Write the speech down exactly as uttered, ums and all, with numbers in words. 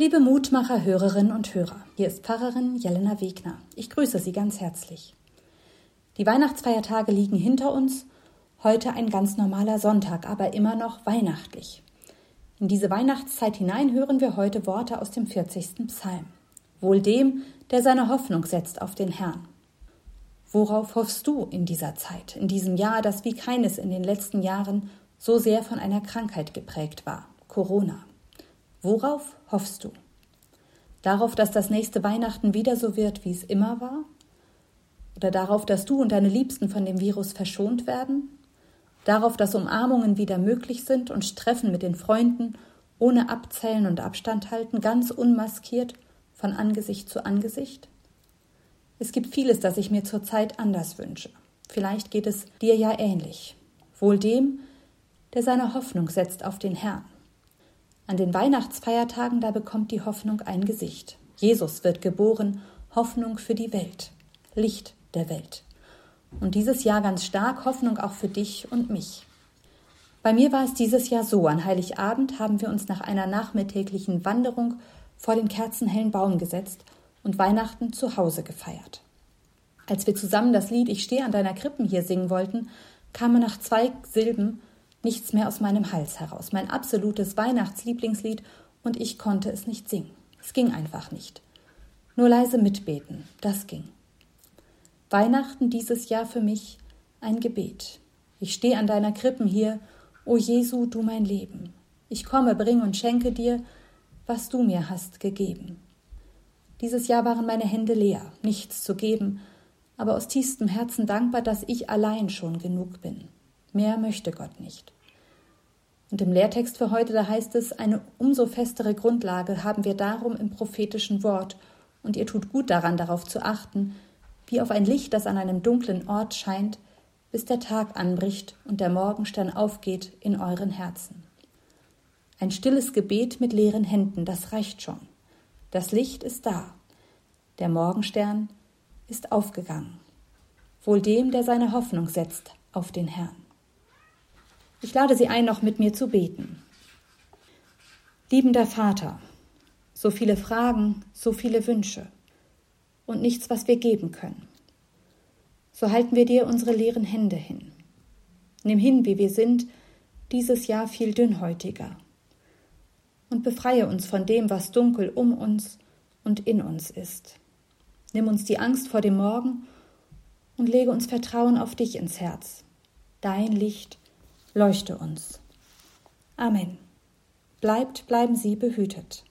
Liebe Mutmacher, Hörerinnen und Hörer, hier ist Pfarrerin Jelena Wegner. Ich grüße Sie ganz herzlich. Die Weihnachtsfeiertage liegen hinter uns, heute ein ganz normaler Sonntag, aber immer noch weihnachtlich. In diese Weihnachtszeit hinein hören wir heute Worte aus dem vierzigsten Psalm. Wohl dem, der seine Hoffnung setzt auf den Herrn. Worauf hoffst du in dieser Zeit, in diesem Jahr, das wie keines in den letzten Jahren so sehr von einer Krankheit geprägt war, Corona? Worauf hoffst du? Darauf, dass das nächste Weihnachten wieder so wird, wie es immer war? Oder darauf, dass du und deine Liebsten von dem Virus verschont werden? Darauf, dass Umarmungen wieder möglich sind und Treffen mit den Freunden ohne Abzählen und Abstand halten, ganz unmaskiert von Angesicht zu Angesicht? Es gibt vieles, das ich mir zurzeit anders wünsche. Vielleicht geht es dir ja ähnlich. Wohl dem, der seine Hoffnung setzt auf den Herrn. An den Weihnachtsfeiertagen, da bekommt die Hoffnung ein Gesicht. Jesus wird geboren, Hoffnung für die Welt, Licht der Welt. Und dieses Jahr ganz stark Hoffnung auch für dich und mich. Bei mir war es dieses Jahr so, an Heiligabend haben wir uns nach einer nachmittäglichen Wanderung vor den kerzenhellen Baum gesetzt und Weihnachten zu Hause gefeiert. Als wir zusammen das Lied »Ich stehe an deiner Krippen« hier singen wollten, kamen nach zwei Silben nichts mehr aus meinem Hals heraus. Mein absolutes Weihnachtslieblingslied, und ich konnte es nicht singen. Es ging einfach nicht. Nur leise mitbeten, das ging. Weihnachten dieses Jahr für mich ein Gebet. Ich stehe an deiner Krippen hier, o Jesu, du mein Leben. Ich komme, bring und schenke dir, was du mir hast gegeben. Dieses Jahr waren meine Hände leer, nichts zu geben, aber aus tiefstem Herzen dankbar, dass ich allein schon genug bin. Mehr möchte Gott nicht. Und im Lehrtext für heute, da heißt es, eine umso festere Grundlage haben wir darum im prophetischen Wort, und ihr tut gut daran, darauf zu achten, wie auf ein Licht, das an einem dunklen Ort scheint, bis der Tag anbricht und der Morgenstern aufgeht in euren Herzen. Ein stilles Gebet mit leeren Händen, das reicht schon. Das Licht ist da. Der Morgenstern ist aufgegangen. Wohl dem, der seine Hoffnung setzt auf den Herrn. Ich lade Sie ein, noch mit mir zu beten. Liebender Vater, so viele Fragen, so viele Wünsche und nichts, was wir geben können. So halten wir dir unsere leeren Hände hin. Nimm hin, wie wir sind, dieses Jahr viel dünnhäutiger. Und befreie uns von dem, was dunkel um uns und in uns ist. Nimm uns die Angst vor dem Morgen und lege uns Vertrauen auf dich ins Herz. Dein Licht leuchte uns. Amen. Bleibt, bleiben Sie behütet.